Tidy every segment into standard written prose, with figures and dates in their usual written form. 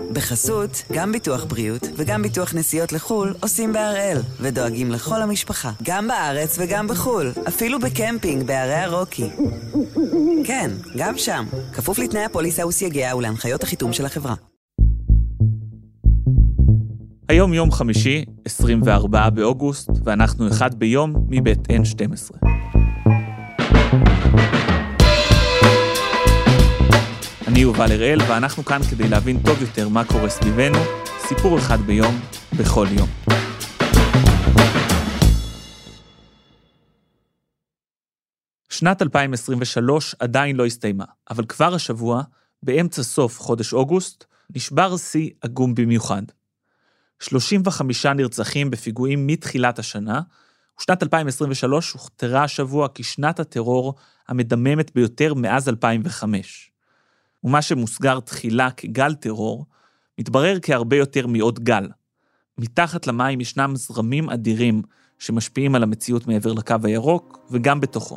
בחסות, גם ביטוח בריאות וגם ביטוח נסיעות לחול עושים בהראל, ודואגים לכל המשפחה, גם בארץ וגם בחול, אפילו בקמפינג בערי הרוקי. כן, גם שם, כפוף לתנאי הפוליסה וסייגיה ולהנחיות החיתום של החברה. היום יום חמישי, 24 באוגוסט, ואנחנו אחד ביום מבית N12. אני יובל הראל, ואנחנו כאן כדי להבין טוב יותר מה קורה סביבנו, סיפור אחד ביום, בכל יום. שנת 2023 עדיין לא הסתיימה, אבל כבר השבוע, באמצע סוף חודש אוגוסט, נשבר שיא עגום במיוחד. 35 נרצחים בפיגועים מתחילת השנה, ושנת 2023 הוכתרה השבוע כשנת הטרור המדממת ביותר מאז 2005. ומה שמוסגר תחילה כגל טרור, מתברר כהרבה יותר מעוד גל. מתחת למים ישנם זרמים אדירים שמשפיעים על המציאות מעבר לקו הירוק וגם בתוכו.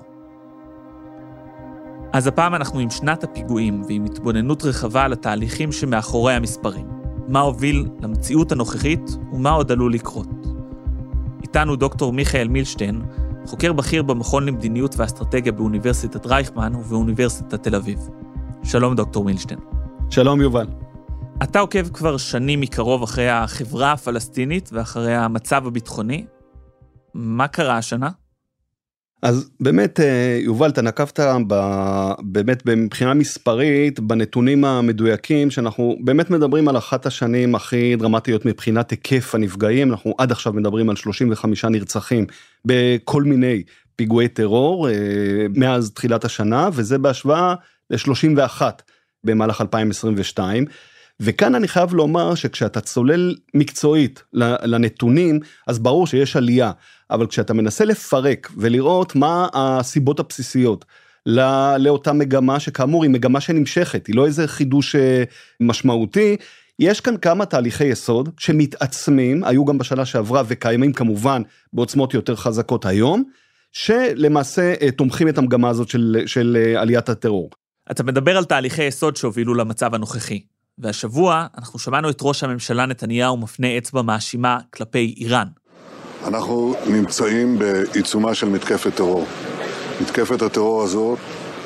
אז הפעם אנחנו עם שנת הפיגועים ועם התבוננות רחבה על התהליכים שמאחורי המספרים. מה הוביל למציאות הנוכחית ומה עוד עלול לקרות. איתנו דוקטור מיכאל מילשטיין, חוקר בכיר במכון למדיניות ואסטרטגיה באוניברסיטת רייכמן ובאוניברסיטת תל אביב. שלום דוקטור מילשטיין. שלום יובל. אתה עוקב כבר שנים מקרוב אחרי החברה הפלסטינית ואחרי המצב הביטחוני. מה קרה השנה? אז באמת יובל, אתה נקבת באמת מבחינה מספרית בנתונים המדויקים שאנחנו באמת מדברים על אחת השנים הכי דרמטיות מבחינת היקף הנפגעים. אנחנו עד עכשיו מדברים על 35 נרצחים בכל מיני פיגועי טרור מאז תחילת השנה, וזה בהשוואה ל-31 במהלך 2022. וכאן אני חייב לומר שכשאתה צולל מקצועית לנתונים, אז ברור שיש עלייה, אבל כשאתה מנסה לפרק ולראות מה הסיבות הבסיסיות לאותה מגמה, שכאמור היא מגמה שנמשכת, היא לא איזה חידוש משמעותי, יש כאן כמה תהליכי יסוד שמתעצמים, היו גם בשנה שעברה וקיימים כמובן בעוצמות יותר חזקות היום, שלמעשה תומכים את המגמה הזאת של עליית הטרור. אתה מדבר על תהליכי יסוד שהובילו למצב הנוכחי. והשבוע אנחנו שמענו את ראש הממשלה נתניהו מפנה אצבע מאשימה כלפי איראן. אנחנו נמצאים בעיצומה של מתקפת טרור. מתקפת הטרור הזאת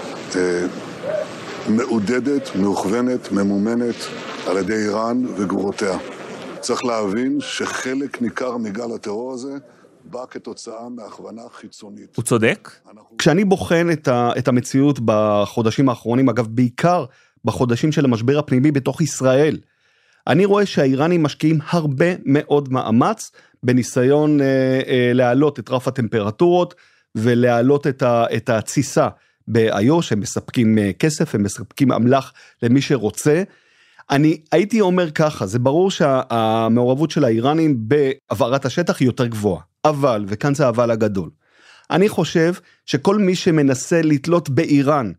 מעודדת, מוכוונת, ממומנת על ידי איראן וגרורותיה. צריך להבין שחלק ניכר מגל הטרור הזה בא כתוצאה מהכוונה חיצונית. הוא צודק? כשאני בוחן את המציאות בחודשים האחרונים, אגב בעיקר בחודשים של המשבר הפנימי בתוך ישראל, אני רואה שהאיראנים משקיעים הרבה מאוד מאמץ בניסיון להעלות את רף הטמפרטורות ולהעלות את התסיסה באיו"ש. הם מספקים כסף, הם מספקים אמל"ח למי שרוצה. אני הייתי אומר ככה, זה ברור שהמעורבות של האיראנים בעברת השטח היא יותר גבוהה, אבל, וכאן זה אבל הגדול, אני חושב שכל מי שמנסה לתלות באיראן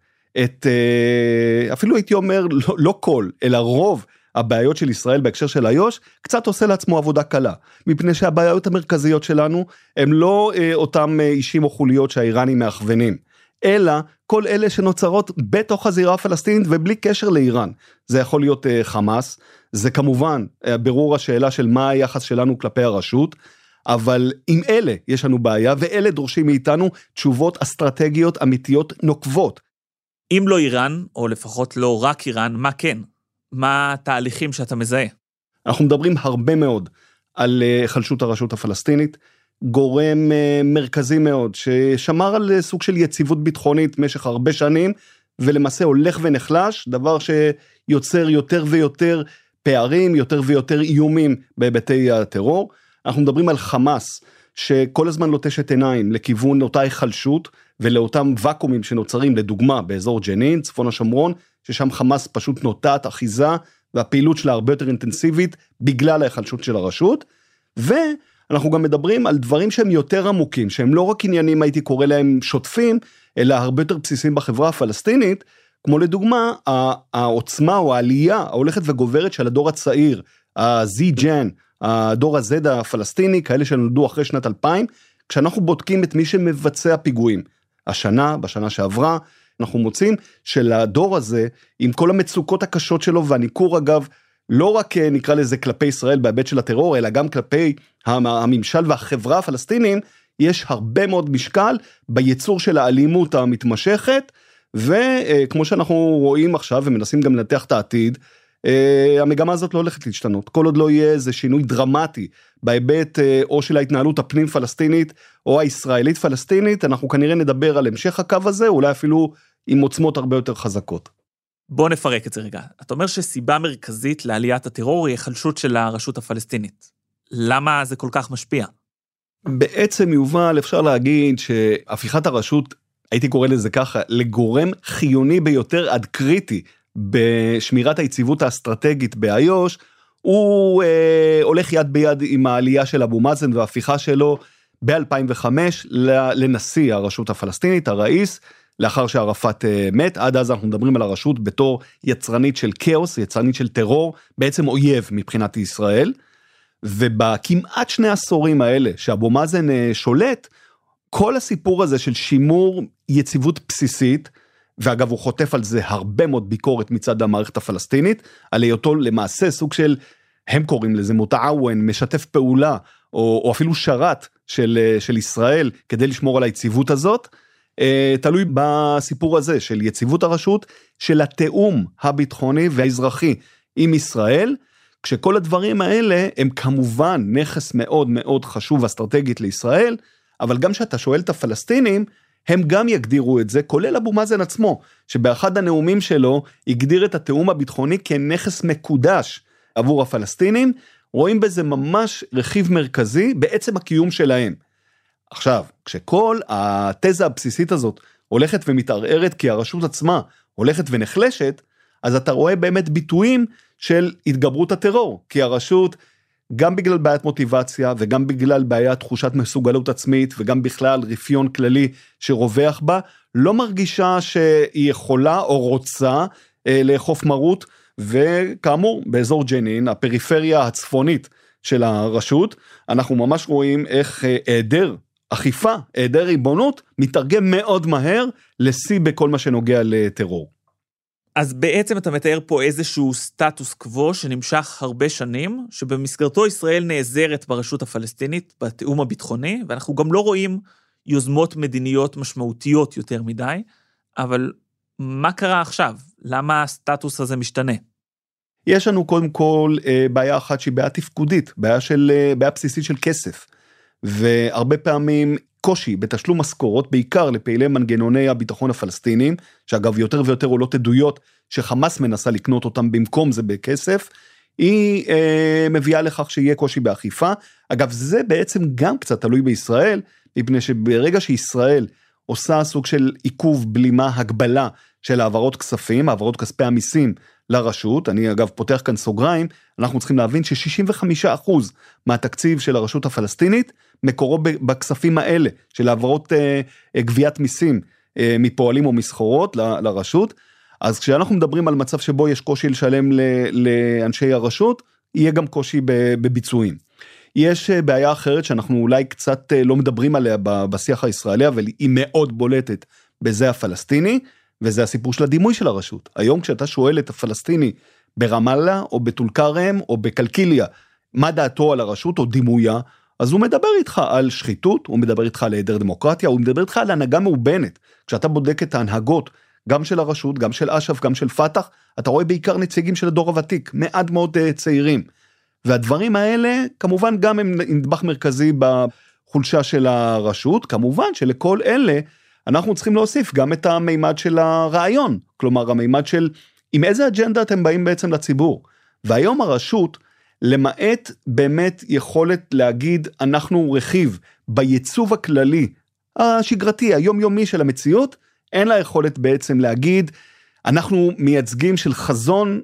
אפילו הייתי אומר לא כל, אלא רוב הבעיות של ישראל בהקשר של איו"ש, קצת עושה לעצמו עבודה קלה, מפני שהבעיות המרכזיות שלנו הם לא אותם אישים או חוליות שהאיראנים מאכוונים, אלא כל אלה שנוצרות בתוך הזירה הפלסטינית ובלי קשר לאיראן. זה יכול להיות חמאס, זה כמובן ברור השאלה של מה היחס שלנו כלפי הרשות, אבל עם אלה יש לנו בעיה, ואלה דורשים מאיתנו תשובות אסטרטגיות אמיתיות נוקבות. אם לא איראן, או לפחות לא רק איראן, מה כן? מה התהליכים שאתה מזהה? אנחנו מדברים הרבה מאוד על חלשות הרשות הפלסטינית, גורם מרכזי מאוד, ששמר על סוג של יציבות ביטחונית משך הרבה שנים, ולמעשה הולך ונחלש, דבר שיוצר יותר ויותר פערים, יותר ויותר איומים בהיבטי הטרור. אנחנו מדברים על חמאס, שכל הזמן לוטשת עיניים לכיוון אותה החלשות, ולאותם וקומים שנוצרים, לדוגמה, באזור ג'נין, צפון השומרון, ששם חמאס פשוט נוטעת אחיזה, והפעילות שלה הרבה יותר אינטנסיבית, בגלל ההחלשות של הרשות, ואנחנו גם מדברים על דברים שהם יותר עמוקים, שהם לא רק עניינים, הייתי קורא להם שוטפים, אלא הרבה יותר בסיסיים בחברה הפלסטינית, כמו לדוגמה, העוצמה או העלייה, ההולכת וגוברת של הדור הצעיר, ה-Z-Gen, הדור הזד הפלסטיני, כאלה שנולדו אחרי שנת 2000, כשאנחנו בודקים את מי שמבצע פיגועים, השנה, בשנה שעברה, אנחנו מוצאים שלדור הזה, עם כל המצוקות הקשות שלו, והניכור אגב, לא רק נקרא לזה כלפי ישראל בהיבט של הטרור, אלא גם כלפי הממשל והחברה הפלסטיניים, יש הרבה מאוד משקל ביצור של האלימות המתמשכת, וכמו שאנחנו רואים עכשיו ומנסים גם לנתח את העתיד, המגמה הזאת לא הולכת להשתנות, כל עוד לא יהיה איזה שינוי דרמטי בהיבט או של ההתנהלות הפנים פלסטינית או הישראלית פלסטינית, אנחנו כנראה נדבר על המשך הקו הזה, אולי אפילו עם עוצמות הרבה יותר חזקות. בוא נפרק את זה רגע. אתה אומר שסיבה מרכזית לעליית הטרור היא החלשות של הרשות הפלסטינית. למה זה כל כך משפיע? בעצם יובל, אפשר להגיד שהפיכת הרשות, הייתי קורא לזה ככה, לגורם חיוני ביותר עד קריטי, בשמירת היציבות האסטרטגית באיו"ש, הוא הולך יד ביד עם העלייה של אבו מאזן וההפיכה שלו ב-2005 לנשיא הרשות הפלסטינית, הראיס, לאחר שערפאת מת. עד אז אנחנו מדברים על הרשות בתור יצרנית של כאוס, יצרנית של טרור, בעצם אויב מבחינת ישראל, ובכמעט 2 עשורים האלה שאבו מאזן שולט, כל הסיפור הזה של שימור יציבות בסיסית, ואגב הוא חוטף על זה הרבה מאוד ביקורת מצד המערכת הפלסטינית, על היותו למעשה סוג של, הם קוראים לזה מוטעוון, משתף פעולה, או אפילו שרת של ישראל, כדי לשמור על היציבות הזאת, תלוי בסיפור הזה של יציבות הרשות, של התאום הביטחוני והאזרחי עם ישראל, כשכל הדברים האלה הם כמובן נכס מאוד מאוד חשוב אסטרטגית לישראל, אבל גם שאתה שואל את הפלסטינים, הם גם יגדירו את זה, כולל אבו מאזן עצמו, שבאחד הנאומים שלו הגדיר את התאום הביטחוני כנכס מקודש עבור הפלסטינים, רואים בזה ממש רכיב מרכזי בעצם הקיום שלהם. עכשיו, כשכל התזה הבסיסית הזאת הולכת ומתערערת כי הרשות עצמה הולכת ונחלשת, אז אתה רואה באמת ביטויים של התגברות הטרור, כי הרשות גם בגלל בעיית מוטיבציה, וגם בגלל בעיית תחושת מסוגלות עצמית, וגם בכלל רפיון כללי שרווח בה, לא מרגישה שהיא יכולה או רוצה לאכוף מרות, וכאמור, באזור ג'נין, הפריפריה הצפונית של הרשות, אנחנו ממש רואים איך היעדר אכיפה, היעדר ריבונות, מתרגם מאוד מהר לשיא בכל מה שנוגע לטרור. אז בעצם אתה מתאר פה איזשהו סטטוס קוו שנמשך הרבה שנים, שבמסגרתו ישראל נעזרת ברשות הפלסטינית, בתאום הביטחוני, ואנחנו גם לא רואים יוזמות מדיניות משמעותיות יותר מדי, אבל מה קרה עכשיו? למה הסטטוס הזה משתנה? יש לנו קודם כל בעיה אחת שהיא בעיה תפקודית, בעיה בסיסית של כסף, והרבה פעמים קושי בתשלום משכורות, בעיקר לפעילי מנגנוני הביטחון הפלסטינים, שאגב יותר ויותר עולות עדויות שחמאס מנסה לקנות אותם במקום זה בכסף, היא מביאה לכך שיהיה קושי באכיפה. אגב זה בעצם גם קצת תלוי בישראל, מפני שברגע שישראל עושה סוג של עיכוב בלימה הגבלה של העברות כספים, העברות כספי המיסים לרשות, אני אגב פותח כאן סוגריים, אנחנו צריכים להבין ש65% מהתקציב של הרשות הפלסטינית, מקורו בכספים האלה, של העברות גביית מיסים מפועלים או מסחורות לרשות, אז כשאנחנו מדברים על מצב שבו יש קושי לשלם לאנשי הרשות, יהיה גם קושי בביצועים. יש בעיה אחרת שאנחנו אולי קצת לא מדברים עליה בשיח הישראלי, אבל היא מאוד בולטת בזה הפלסטיני, וזה הסיפור של הדימוי של הרשות. היום כשאתה שואל את הפלסטיני ברמאללה, או בטול כרם, או בקלקיליה, מה דעתו על הרשות או דימויה, אז הוא מדבר איתך על שחיתות, הוא מדבר איתך על היעדר דמוקרטיה, הוא מדבר איתך על הנהגה מאובנת. כשאתה בודק את ההנהגות, גם של הרשות, גם של אש"ף, גם של פתח, אתה רואה בעיקר נציגים של הדור הוותיק, מעט מאוד צעירים. והדברים האלה, כמובן גם הם נדבך מרכזי בחולשה של הרשות, כמובן שלכל אלה, אנחנו צריכים להוסיף גם את המימד של הרעיון, כלומר המימד של עם איזה אג'נדה אתם באים בעצם לציבור. והיום הרשות, למעט באמת יכולת להגיד, אנחנו רכיב בייצוב הכללי, השגרתי, היומיומי של המציאות, אין לה יכולת בעצם להגיד, אנחנו מייצגים של חזון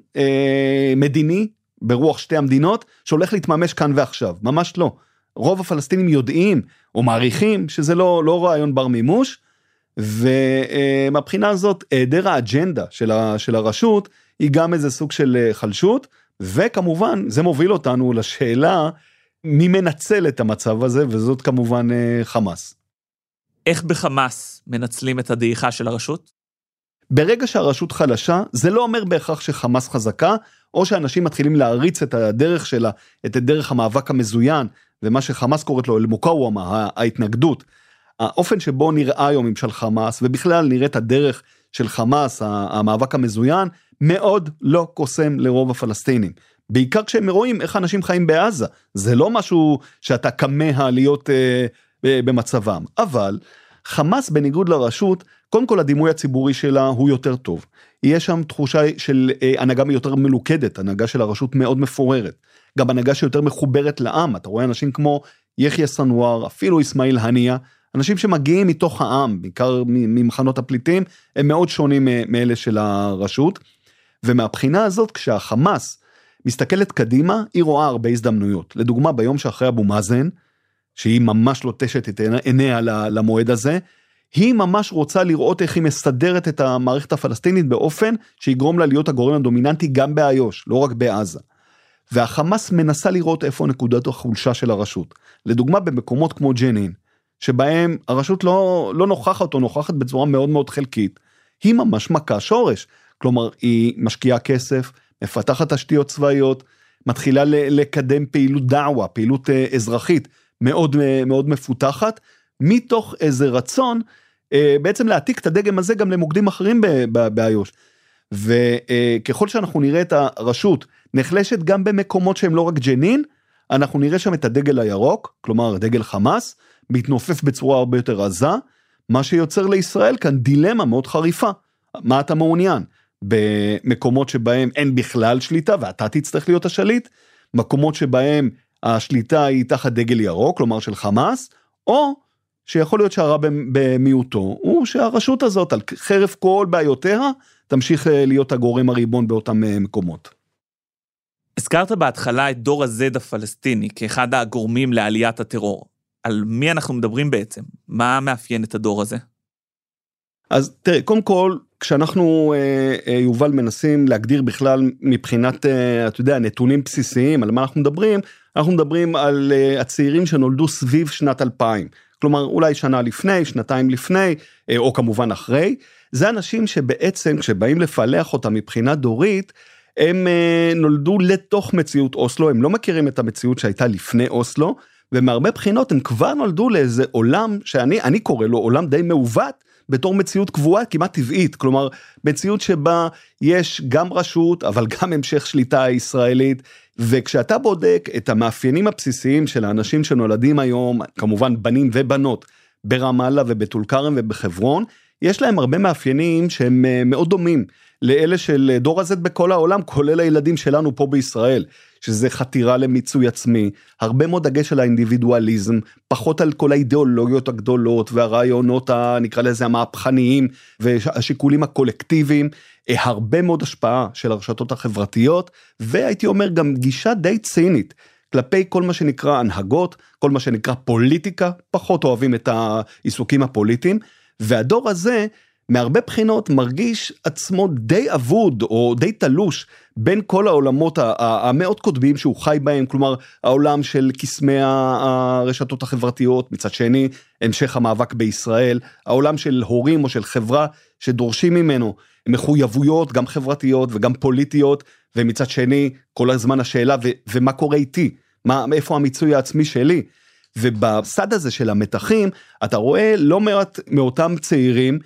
מדיני, ברוח שתי המדינות, שהולך להתממש כאן ועכשיו, ממש לא. רוב הפלסטינים יודעים, או מעריכים, שזה לא רעיון בר מימוש, ומבחינה הזאת, היעדר האג'נדה של הרשות, היא גם איזה סוג של חלשות, וכמובן, זה מוביל אותנו לשאלה, מי מנצל את המצב הזה, וזאת כמובן חמאס. איך בחמאס מנצלים את הדעיכה של הרשות? ברגע שהרשות חלשה, זה לא אומר בהכרח שחמאס חזקה, או שאנשים מתחילים להריץ את הדרך שלה, את דרך המאבק המזוין, ומה שחמאס קוראת לו אל-מוקאוומה, ההתנגדות. האופן שבו נראה היום ממשל חמאס, ובכלל נראית הדרך של חמאס, המאבק המזוין, מאוד לא קוסם לרוב הפלסטינים. בעיקר כשהם רואים איך אנשים חיים בעזה. זה לא משהו שאתה כמה להיות במצבם. אבל חמאס בניגוד לרשות, קודם כל הדימוי הציבורי שלה הוא יותר טוב. יש שם תחושה של הנהגה יותר מלוכדת, הנהגה של הרשות מאוד מפוררת. גם הנהגה שיותר מחוברת לעם. אתה רואה אנשים כמו יחיא סנואר, אפילו אסמאעיל הנייה, אנשים שמגיעים מתוך העם, בעיקר ממחנות הפליטים, הם מאוד שונים מאלה של הרשות. ומהבחינה הזאת, כשהחמאס מסתכלת קדימה, היא רואה הרבה הזדמנויות. לדוגמה, ביום שאחרי אבו מאזן, שהיא ממש לוטשת את עיניה למועד הזה, היא ממש רוצה לראות איך היא מסדרת את המערכת הפלסטינית באופן שיגרום לה להיות הגורם הדומיננטי גם באיו"ש, לא רק בעזה. והחמאס מנסה לראות איפה נקודת החולשה של הרשות. לדוגמה, במקומות כמו ג'נין, שבהם הרשות לא נוכחת או נוכחת בצורה מאוד מאוד חלקית, היא ממש מכה שורש. כלומר, היא משקיעה כסף, מפתחת תשתיות צבאיות, מתחילה לקדם פעילות דעווה, פעילות אזרחית מאוד מאוד מפותחת, מתוך איזה רצון, בעצם להעתיק את הדגם הזה גם למוקדים אחרים באיו"ש. וככל שאנחנו נראה את הרשות נחלשת גם במקומות שהם לא רק ג'נין, אנחנו נראה שם את הדגל הירוק, כלומר דגל חמאס, מתנופף בצורה הרבה יותר עזה, מה שיוצר לישראל כאן דילמה מאוד חריפה. מה אתה מעוניין? במקומות שבהם אין בכלל שליטה, ואתה תצטרך להיות השליט, מקומות שבהם השליטה היא תחת דגל ירוק, כלומר של חמאס, או שיכול להיות שהרע במיעוטו, הוא שהרשות הזאת, על חרף כל בעיותיה, תמשיך להיות הגורם הריבון באותם מקומות. הזכרת בהתחלה את דור הזד הפלסטיני, כאחד הגורמים לעליית הטרור. על מי אנחנו מדברים בעצם? מה מאפיין את הדור הזה? אז תראה, קודם כל, כשאנחנו, יובל, מנסים להגדיר בכלל מבחינת, אתה יודע, נתונים בסיסיים, על מה אנחנו מדברים על הצעירים שנולדו סביב שנת 2000. כלומר, אולי שנה לפני, שנתיים לפני, או כמובן אחרי. זה אנשים שבעצם, כשבאים לפלח אותם מבחינה דורית, הם נולדו לתוך מציאות אוסלו, הם לא מכירים את המציאות שהייתה לפני אוסלו, ומהרבה בחינות הם כבר נולדו לאיזה עולם, שאני קורא לו עולם די מעוות, בתור מציאות קבועה כמעט טבעית, כלומר, מציאות שבה יש גם רשות, אבל גם המשך שליטה ישראלית, וכשאתה בודק את המאפיינים הבסיסיים של האנשים שנולדים היום, כמובן בנים ובנות, ברמאללה ובטול כרם ובחברון, יש להם הרבה מאפיינים שהם מאוד דומים, לאלה של דור הזד בכל העולם, כולל הילדים שלנו פה בישראל, שזה חתירה למיצוי עצמי, הרבה מאוד דגש על האינדיבידואליזם, פחות על כל האידיאולוגיות הגדולות, והרעיונות, נקרא לזה המהפכניים, והשיקולים הקולקטיביים, הרבה מאוד השפעה של הרשתות החברתיות, והייתי אומר גם גישה די צינית, כלפי כל מה שנקרא הנהגות, כל מה שנקרא פוליטיקה, פחות אוהבים את העיסוקים הפוליטיים, והדור הזה, מהרבה בחינות מרגיש עצמו די אבוד או די תלוש בין כל העולמות המאוד קודמים שהוא חי בהם, כלומר העולם של קסמי הרשתות החברתיות, מצד שני המשך המאבק בישראל, העולם של הורים או של חברה שדורשים ממנו מחויבויות גם חברתיות וגם פוליטיות, ומצד שני כל הזמן השאלה ומה קורה איתי, איפה המיצוי העצמי שלי, ובסד הזה של המתחים אתה רואה לא מעט מאותם צעירים,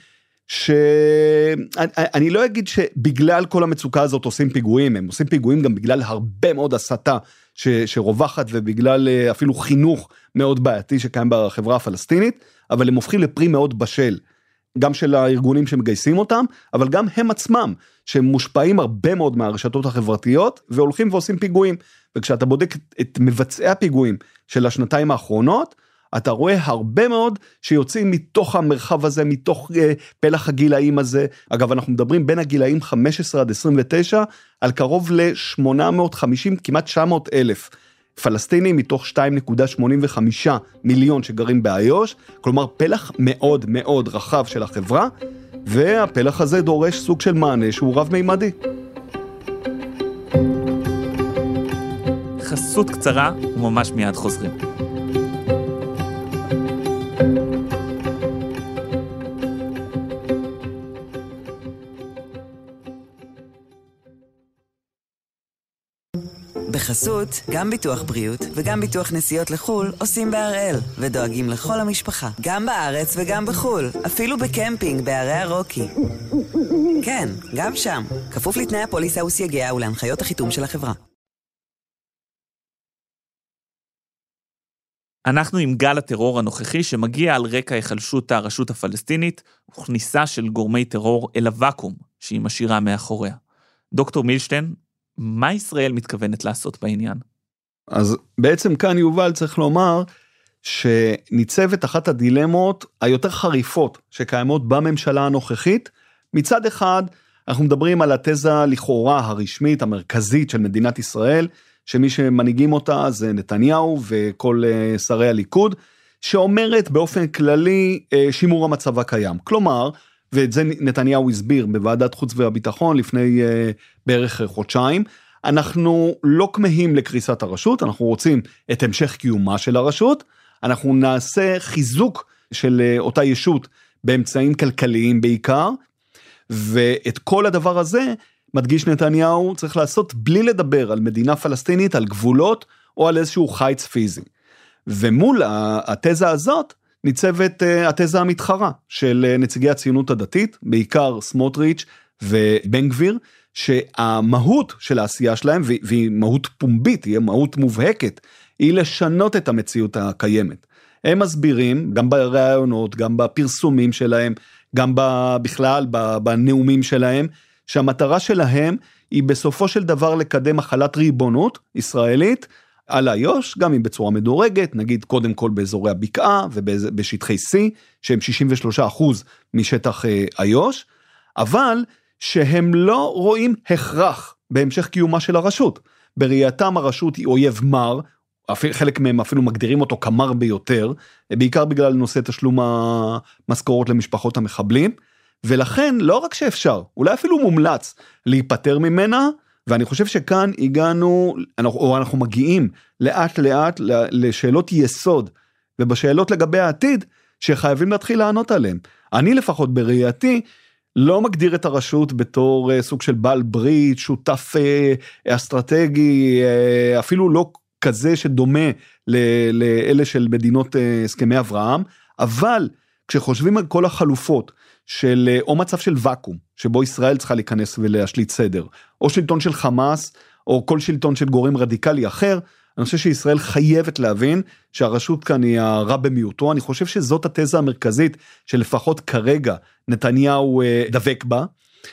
שאני לא אגיד שבגלל כל המצוקה הזאת עושים פיגועים, הם עושים פיגועים גם בגלל הרבה מאוד הסתה שרווחת, ובגלל אפילו חינוך מאוד בעייתי שקיים בחברה הפלסטינית, אבל הם הופכים לפרי מאוד בשל, גם של הארגונים שמגייסים אותם, אבל גם הם עצמם, שהם מושפעים הרבה מאוד מהרשתות החברתיות, והולכים ועושים פיגועים, וכשאתה בודק את מבצעי הפיגועים של השנתיים האחרונות, אתה רואה הרבה מאוד שיוצאים מתוך המרחב הזה, מתוך פלח הגילאים הזה. אגב, אנחנו מדברים בין הגילאים 15 עד 29, על קרוב ל-850, כמעט 900 אלף פלסטינים, מתוך 2.85 מיליון שגרים באיו"ש, כלומר פלח מאוד מאוד רחב של החברה, והפלח הזה דורש סוג של מענה שהוא רב-מימדי. חסות קצרה וממש מיד חוזרים. בחסות, גם ביטוח בריאות וגם ביטוח נסיעות לחול עושים בהראל, ודואגים לכל המשפחה, גם בארץ וגם בחול, אפילו בקמפינג בערי הרוקי. כן, גם שם, כפוף לתנאי הפוליסה וסייגיה ולהנחיות החיתום של החברה. אנחנו עם גל הטרור הנוכחי שמגיע על רקע החלשות הרשות הפלסטינית וכניסה של גורמי טרור אל הוואקום שהיא משאירה מאחוריה. דוקטור מילשטיין, מה ישראל מתכוונת לעשות בעניין? אז בעצם כאן יובל צריך לומר שניצבת אחת הדילמות היותר חריפות שקיימות בממשלה הנוכחית. מצד אחד אנחנו מדברים על התזה לכאורה הרשמית המרכזית של מדינת ישראל, שמי שמנהיגים אותה זה נתניהו וכל שרי הליכוד, שאומרת באופן כללי שימור המצב הקיים. כלומר, ואת זה נתניהו הסביר בוועדת חוץ והביטחון לפני בערך חודשיים, אנחנו לא כמהים לקריסת הרשות, אנחנו רוצים את המשך קיומה של הרשות, אנחנו נעשה חיזוק של אותה ישות באמצעים כלכליים בעיקר, ואת כל הדבר הזה מדגיש נתניהו צריך לעשות בלי לדבר על מדינה פלסטינית, על גבולות או על איזשהו חיץ פיזי. ומול התזה הזאת ניצבת התזה המתחרה של נציגי הציונות הדתית, בעיקר סמוטריץ' ובן גביר, שהמהות של העשייה שלהם, והיא מהות פומבית, היא מהות מובהקת, היא לשנות את המציאות הקיימת. הם מסבירים, גם ברעיונות, גם בפרסומים שלהם, גם בכלל בנאומים שלהם, שהמטרה שלהם היא בסופו של דבר לקדם החלת ריבונות ישראלית על איו"ש, גם אם בצורה מדורגת, נגיד קודם כל באזורי הבקעה ובשטחי C, שהם 63% משטח איו"ש, אבל שהם לא רואים הכרח בהמשך קיומה של הרשות. בראייתם הרשות היא אויב מר, חלק מהם אפילו מגדירים אותו כמר ביותר, בעיקר בגלל נושא תשלום המשכורות למשפחות המחבלים, ולכן לא רק שאפשר, אולי אפילו מומלץ להיפטר ממנה, ואני חושב שכאן הגענו, או אנחנו מגיעים לאט לאט לשאלות יסוד, ובשאלות לגבי העתיד, שחייבים להתחיל לענות עליהן. אני לפחות בראייתי, לא מגדיר את הרשות בתור סוג של בעל ברית, שותף אסטרטגי, אפילו לא כזה שדומה לאלה של מדינות הסכמי אברהם, אבל כשחושבים על כל החלופות, של או מצב של ואקום, שבו ישראל צריכה להיכנס ולהשליט סדר, או שלטון של חמאס, או כל שלטון של גורם רדיקלי אחר, אני חושב שישראל חייבת להבין שהרשות כאן היא הרע במיעוטו, אני חושב שזאת התזה המרכזית, שלפחות כרגע נתניהו דבק בה,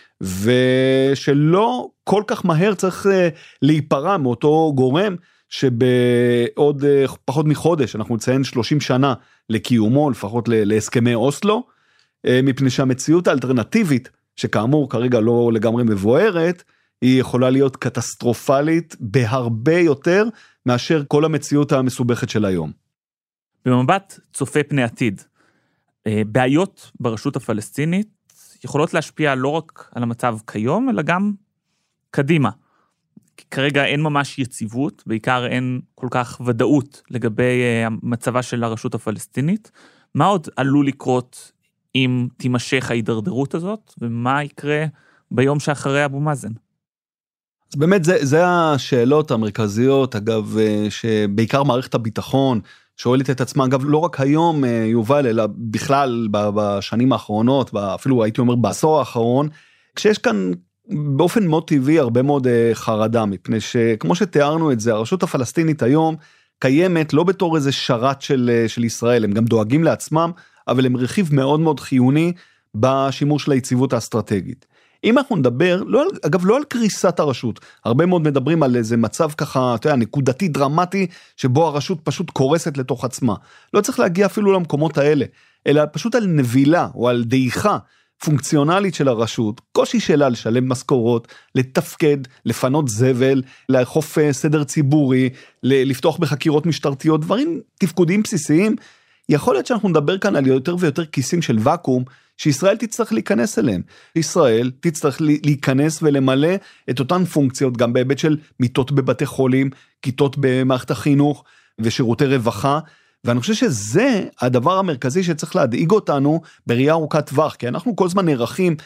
ושלא כל כך מהר צריך להיפרע מאותו גורם, שבעוד פחות מחודש, אנחנו נציין 30 שנה לקיומו, לפחות להסכמי אוסלו, מפני שהמציאות האלטרנטיבית, שכאמור כרגע לא לגמרי מבוארת, היא יכולה להיות קטסטרופלית בהרבה יותר, מאשר כל המציאות המסובכת של היום. במבט צופה פני עתיד, בעיות ברשות הפלסטינית, יכולות להשפיע לא רק על המצב כיום, אלא גם קדימה. כרגע אין ממש יציבות, בעיקר אין כל כך ודאות לגבי המצבה של הרשות הפלסטינית. מה עוד עלול לקרות אם תימשך ההידרדרות הזאת, ומה יקרה ביום שאחרי אבו מאזן? אז באמת זה השאלות המרכזיות, אגב, שבעיקר מערכת הביטחון שואלת את עצמה, אגב, לא רק היום יובל, אלא בכלל בשנים האחרונות, אפילו הייתי אומר בעשור האחרון, כשיש כאן באופן מאוד טבעי הרבה מאוד חרדה, מפני שכמו שתיארנו את זה, הרשות הפלסטינית היום קיימת לא בתור איזה שרת של ישראל, הם גם דואגים לעצמם, אבל הם רכיב מאוד מאוד חיוני בשימוש ליציבות האסטרטגית. אם אנחנו נדבר, אגב לא על קריסת הרשות, הרבה מאוד מדברים על איזה מצב ככה, אתה יודע, נקודתי דרמטי, שבו הרשות פשוט קורסת לתוך עצמה. לא צריך להגיע אפילו למקומות האלה, אלא פשוט על נבילה או על דעיכה פונקציונלית של הרשות, קושי שלה לשלם משכורות, לתפקד, לפנות זבל, לאכוף סדר ציבורי, לפתוח בחקירות משטרתיות, דברים תפקודיים בסיסיים. יכול להיות שאנחנו נדבר כאן על יותר ויותר כיסים של ואקום, שישראל תצטרך להיכנס אליהם. ישראל תצטרך להיכנס ולמלא את אותן פונקציות, גם בהיבט של מיטות בבתי חולים, כיתות במערכת החינוך ושירותי רווחה, ואני חושב שזה הדבר המרכזי שצריך להדאיג אותנו בראייה ארוכת טווח, כי אנחנו כל הזמן נערכים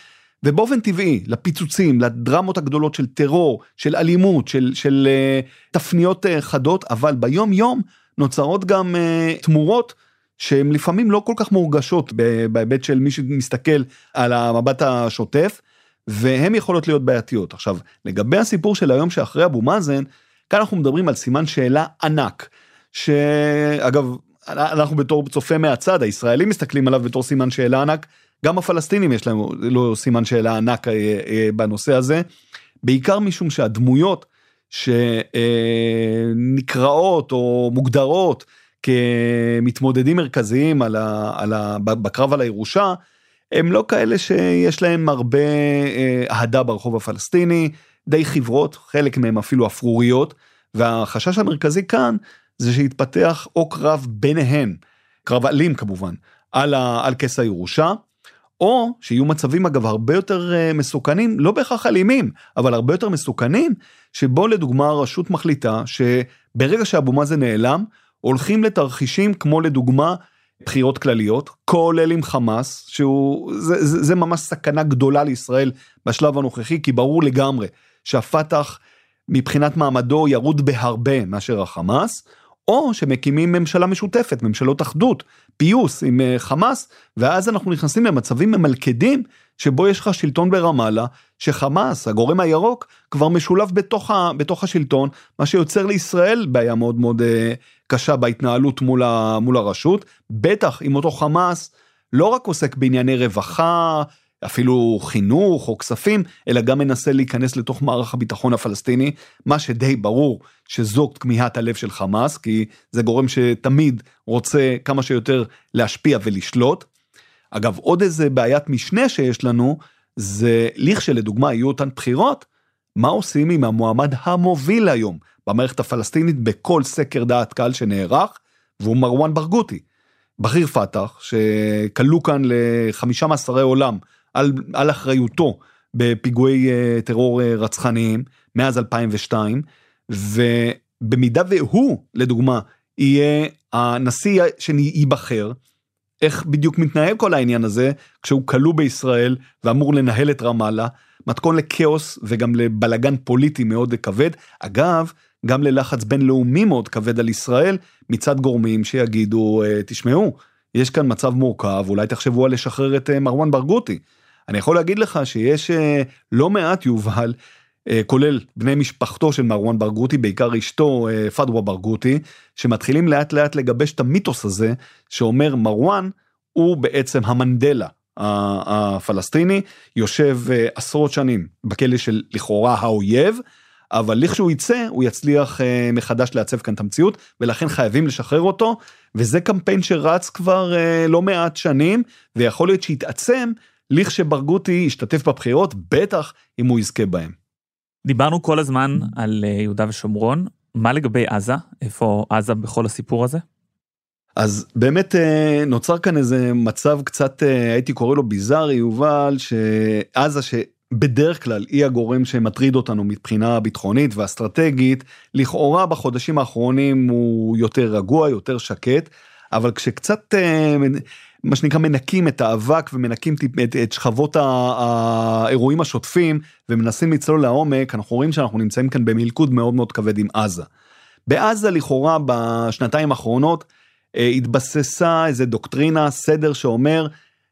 ובאופן טבעי, לפיצוצים, לדרמות הגדולות של טרור, של אלימות, של תפניות חדות, אבל ביום יום נוצרות גם תמורות, שהן לפעמים לא כל כך מורגשות, בהיבט של מי שמסתכל על המבט השוטף, והן יכולות להיות בעייתיות. עכשיו, לגבי הסיפור של היום שאחרי אבו מאזן, כאן אנחנו מדברים על סימן שאלה ענק, שאגב, אנחנו בתור צופה מהצד, הישראלים מסתכלים עליו בתור סימן שאלה ענק, גם הפלסטינים יש להם לא סימן שאלה ענק בנושא הזה, בעיקר משום שהדמויות שנקראות או מוגדרות כמתמודדים מרכזיים בקרב על הירושה, הם לא כאלה שיש להם הרבה אהדה ברחוב הפלסטיני, די חברות, חלק מהם אפילו אפרוריות, והחשש המרכזי כאן זה שהתפתח או קרב ביניהם, קרב אלים כמובן, על כס הירושה, או שיהיו מצבים אגב הרבה יותר מסוכנים, לא בהכרח אלימים, אבל הרבה יותר מסוכנים, שבו לדוגמה הרשות מחליטה שברגע שאבו מאזן נעלם, הולכים לתרחישים כמו לדוגמה בחירות כלליות, כולל עם חמאס, זה ממש סכנה גדולה לישראל בשלב הנוכחי, כי ברור לגמרי שהפתח מבחינת מעמדו ירוד בהרבה מאשר החמאס, או שמקימים ממשלה משותפת, ממשלות אחדות, פיוס עם חמאס, ואז אנחנו נכנסים למצבים ממלכדים, שבו יש לך שלטון ברמאללה, שחמאס, הגורם הירוק, כבר משולב בתוך השלטון, מה שיוצר לישראל בעיה מאוד מאוד קשה בהתנהלות מול הרשות, בטח אם אותו חמאס לא רק עוסק בענייני רווחה, אפילו חינוך או כספים, אלא גם מנסה להיכנס לתוך מערך הביטחון הפלסטיני, מה שדי ברור שזאת כמיהת הלב של חמאס, כי זה גורם שתמיד רוצה כמה שיותר להשפיע ולשלוט. אגב, עוד איזה בעיית משנה שיש לנו, זה לכשלדוגמה יהיו אותן בחירות, מה עושים עם המועמד המוביל היום, במערכת הפלסטינית בכל סקר דעת קהל שנערך, והוא מרואן ברגותי, בכיר פתח, שקלו כאן ל5 מאסרי עולם, על אחריותו בפיגועי טרור רצחניים מאז 2002, ובמידה והוא, לדוגמה, יהיה הנשיא שייבחר, איך בדיוק מתנהל כל העניין הזה, כשהוא כלוא בישראל ואמור לנהל את רמאללה, מתכון לקאוס וגם לבלגן פוליטי מאוד כבד, אגב, גם ללחץ בינלאומי מאוד כבד על ישראל, מצד גורמים שיגידו, תשמעו, יש כאן מצב מורכב, אולי תחשבו על לשחרר את מרואן ברגותי. אני יכול להגיד לך שיש לא מעט יובל, כולל בני משפחתו של מרואן ברגותי, בעיקר אשתו פדווה ברגותי, שמתחילים לאט לאט לגבש את המיתוס הזה, שאומר מרואן הוא בעצם המנדלה הפלסטיני, יושב עשרות שנים בכלא של לכאורה האויב, אבל לכשהוא יצא, הוא יצליח מחדש לעצב כאן את המציאות, ולכן חייבים לשחרר אותו, וזה קמפיין שרץ כבר לא מעט שנים, ויכול להיות שיתעצם, לכשברגותי ישתתף בבחירות, בטח אם הוא יזכה בהם. דיברנו כל הזמן על יהודה ושומרון, מה לגבי עזה? איפה עזה בכל הסיפור הזה? אז באמת נוצר כאן איזה מצב קצת, הייתי קורא לו ביזארי, יובל, שעזה שבדרך כלל היא הגורם שמטריד אותנו מבחינה ביטחונית ואסטרטגית, לכאורה בחודשים האחרונים הוא יותר רגוע, יותר שקט, אבל כשקצת מה שנקרא מנקים את האבק ומנקים את שכבות האירועים השוטפים ומנסים לצלול לעומק, אנחנו רואים שאנחנו נמצאים כאן במלכוד מאוד מאוד כבד עם עזה. בעזה לכאורה בשנתיים האחרונות התבססה איזו דוקטרינה, סדר שאומר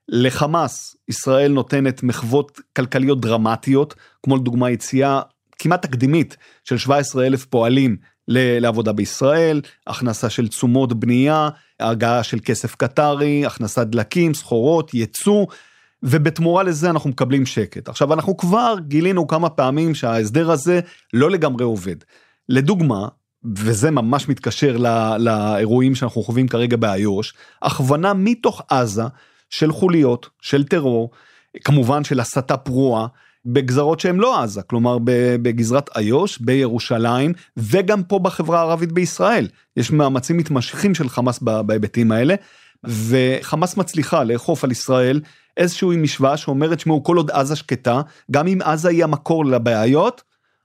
לחמאס ישראל נותנת מחוות כלכליות דרמטיות, כמו לדוגמה יציאה כמעט תקדימית של 17,000 פועלים לעבודה בישראל, הכנסה של תשומות בנייה, הגעה של כסף קטרי, הכנסת דלקים, סחורות, ייצוא, ובתמורה לזה אנחנו מקבלים שקט. עכשיו אנחנו כבר גילינו כמה פעמים שההסדר הזה לא לגמרי עובד. לדוגמה, וזה ממש מתקשר לאירועים שאנחנו חווים כרגע באיו"ש, הכוונה מתוך עזה של חוליות, של טרור, כמובן של הסתה פרועה, בגזרות שהן לא עזה, כלומר בגזרת איו"ש, בירושלים, וגם פה בחברה הערבית בישראל. יש מאמצים מתמשכים של חמאס בהיבטים האלה, וחמאס מצליחה לאכוף על ישראל איזושהי משוואה שאומרת שמו כל עוד עזה שקטה, גם אם עזה היא המקור לבעיות,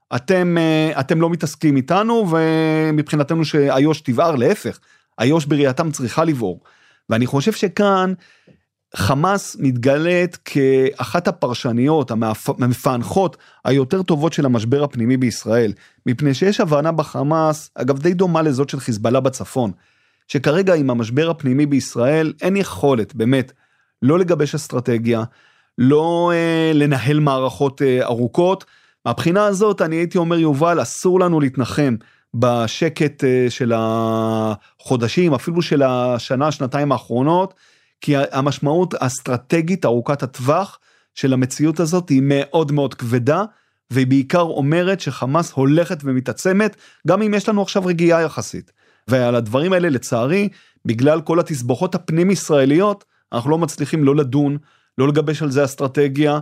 אתם לא מתעסקים איתנו, ומבחינתנו שאיו"ש תבער, להפך, איו"ש בראייתם צריכה לבעור. ואני חושב שכאן חמאס מתגלית כאחת הפרשניות, המפענחות היותר טובות של המשבר הפנימי בישראל, מפני שיש הבנה בחמאס, אגב די דומה לזאת של חיזבאללה בצפון, שכרגע עם המשבר הפנימי בישראל אין יכולת באמת לא לגבש אסטרטגיה, לא לנהל מערכות ארוכות. מהבחינה הזאת אני הייתי אומר יובל, אסור לנו להתנחם בשקט של החודשים, אפילו של השנה, שנתיים האחרונות, כי המשמעות האסטרטגית ארוכת הטווח של המציאות הזאת היא מאוד מאוד כבדה, והיא בעיקר אומרת שחמאס הולכת ומתעצמת, גם אם יש לנו עכשיו רגיעה יחסית. ועל הדברים האלה לצערי, בגלל כל התסבוכות הפנים ישראליות, אנחנו לא מצליחים לא לדון, לא לגבש על זה אסטרטגיה,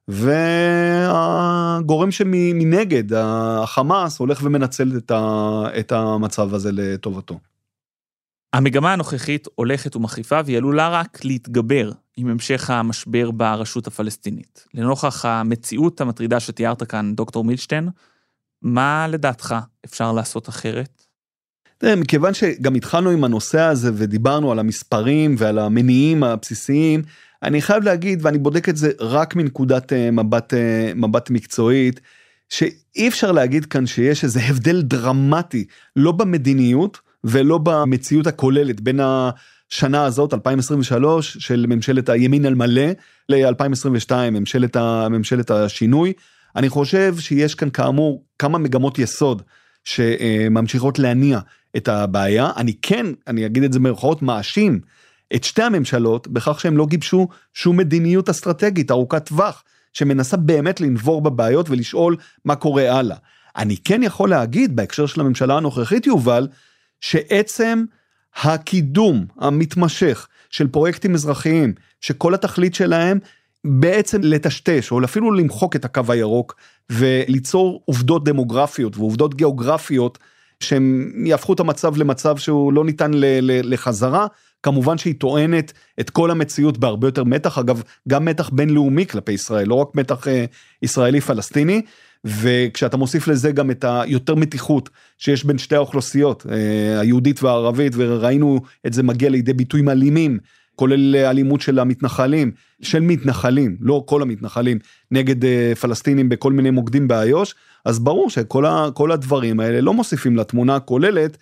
והגורם שמנגד, החמאס הולך ומנצל את המצב הזה לטובתו. המגמה הנוכחית הולכת ומחריפה, והיא עלולה רק להתגבר עם המשך המשבר ברשות הפלסטינית. לנוכח המציאות המטרידה שתיארת כאן, דוקטור מילשטיין, מה לדעתך אפשר לעשות אחרת? מכיוון שגם התחלנו עם הנושא הזה, ודיברנו על המספרים ועל המניעים הבסיסיים, אני חייב להגיד, ואני בודק את זה רק מנקודת מבט מקצועית, שאי אפשר להגיד כאן שיש איזה הבדל דרמטי, לא במדיניות, ולא במציאות הכוללת בין השנה הזאת, 2023, של ממשלת הימין על מלא, ל-2022, ממשלת השינוי. אני חושב שיש כאן כאמור כמה מגמות יסוד, שממשיכות להניע את הבעיה. אני אגיד את זה מרכאות, מאשים את שתי הממשלות, בכך שהם לא גיבשו שום מדיניות אסטרטגית, ארוכת טווח, שמנסה באמת לנבור בבעיות ולשאול מה קורה הלאה. אני כן יכול להגיד, בהקשר של הממשלה הנוכחית יובל, שעצם הקידום המתמשך של פרויקטים אזרחיים, שכל התכלית שלהם בעצם לטשטש, או אפילו למחוק את הקו הירוק, וליצור עובדות דמוגרפיות ועובדות גיאוגרפיות, שהם יהפכו את המצב למצב שהוא לא ניתן לחזרה, כמובן שהיא טוענת את כל המציאות בהרבה יותר מתח, אגב, גם מתח בינלאומי כלפי ישראל, לא רק מתח ישראלי-פלסטיני, וכשאתה מוסיף לזה גם את היותר מתיחות שיש בין שתי האוכלוסיות, היהודית והערבית, וראינו את זה מגיע לידי ביטויים אלימים, כולל אלימות של המתנחלים, של מתנחלים, לא כל המתנחלים, נגד פלסטינים בכל מיני מוקדים באיו"ש, אז ברור שכל הדברים האלה לא מוסיפים לתמונה הכוללת,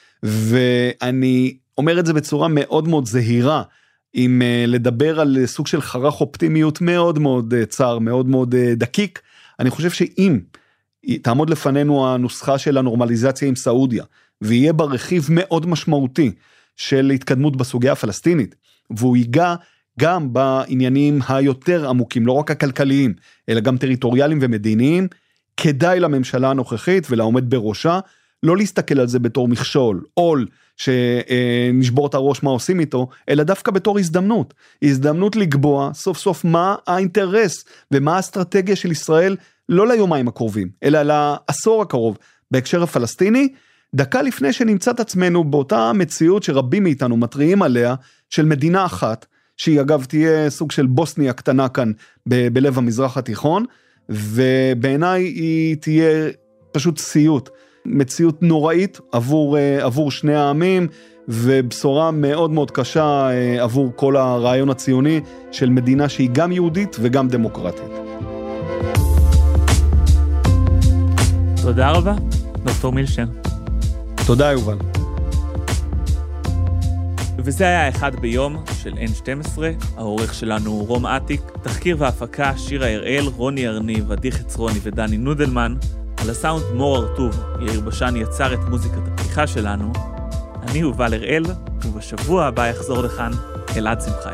ואני אומר את זה בצורה מאוד מאוד זהירה, אם לדבר על סוג של חרך אופטימיות מאוד מאוד צר, מאוד מאוד דקיק, אני חושב שאם תעמוד לפנינו הנוסחה של הנורמליזציה עם סעודיה, ויהיה בה רכיב מאוד משמעותי של התקדמות בסוגיה הפלסטינית, והוא ייגע גם בעניינים היותר עמוקים, לא רק הכלכליים, אלא גם טריטוריאליים ומדיניים, כדאי לממשלה הנוכחית ולעומד בראשה, לא להסתכל על זה בתור מכשול, עול שנשבור את הראש מה עושים איתו, אלא דווקא בתור הזדמנות לקבוע סוף סוף מה האינטרס ומה האסטרטגיה של ישראל, לא ליומיים הקרובים, אלא לעשור הקרוב, בהקשר הפלסטיני, דקה לפני שנמצא את עצמנו באותה מציאות שרבים מאיתנו מטריעים עליה, של מדינה אחת, שהיא אגב תהיה סוג של בוסניה קטנה כאן, בלב המזרח התיכון, ובעיניי היא תהיה פשוט מציאות נוראית עבור שני העמים, ובשורה מאוד מאוד קשה עבור כל הרעיון הציוני, של מדינה שהיא גם יהודית וגם דמוקרטית. תודה רבה, דוקטור מילשטיין. תודה יובל. וזה היה אחד ביום של N12, העורך שלנו רום עתיק, תחקיר והפקה שירה הראל, רוני ארניב, עדי חצרוני ודני נודלמן, על הסאונד מור ארטוב, יאיר בשן יצר את מוזיקת הפתיחה שלנו, אני יובל הראל, ובשבוע הבא יחזור לכאן אלעד שמחי.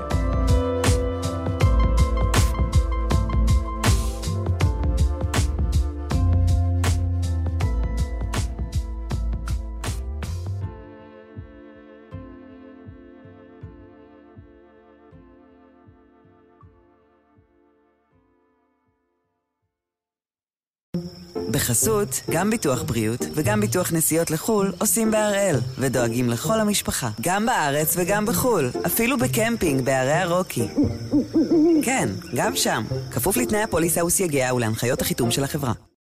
בחסות, גם ביטוח בריאות וגם ביטוח נסיעות לחול עושים בהראל ודואגים לכל המשפחה, גם בארץ וגם בחול, אפילו בקמפינג בערי הרוקי. כן, גם שם, כפוף לתנאי הפוליסה וסייגיה ולהנחיות החיתום של החברה.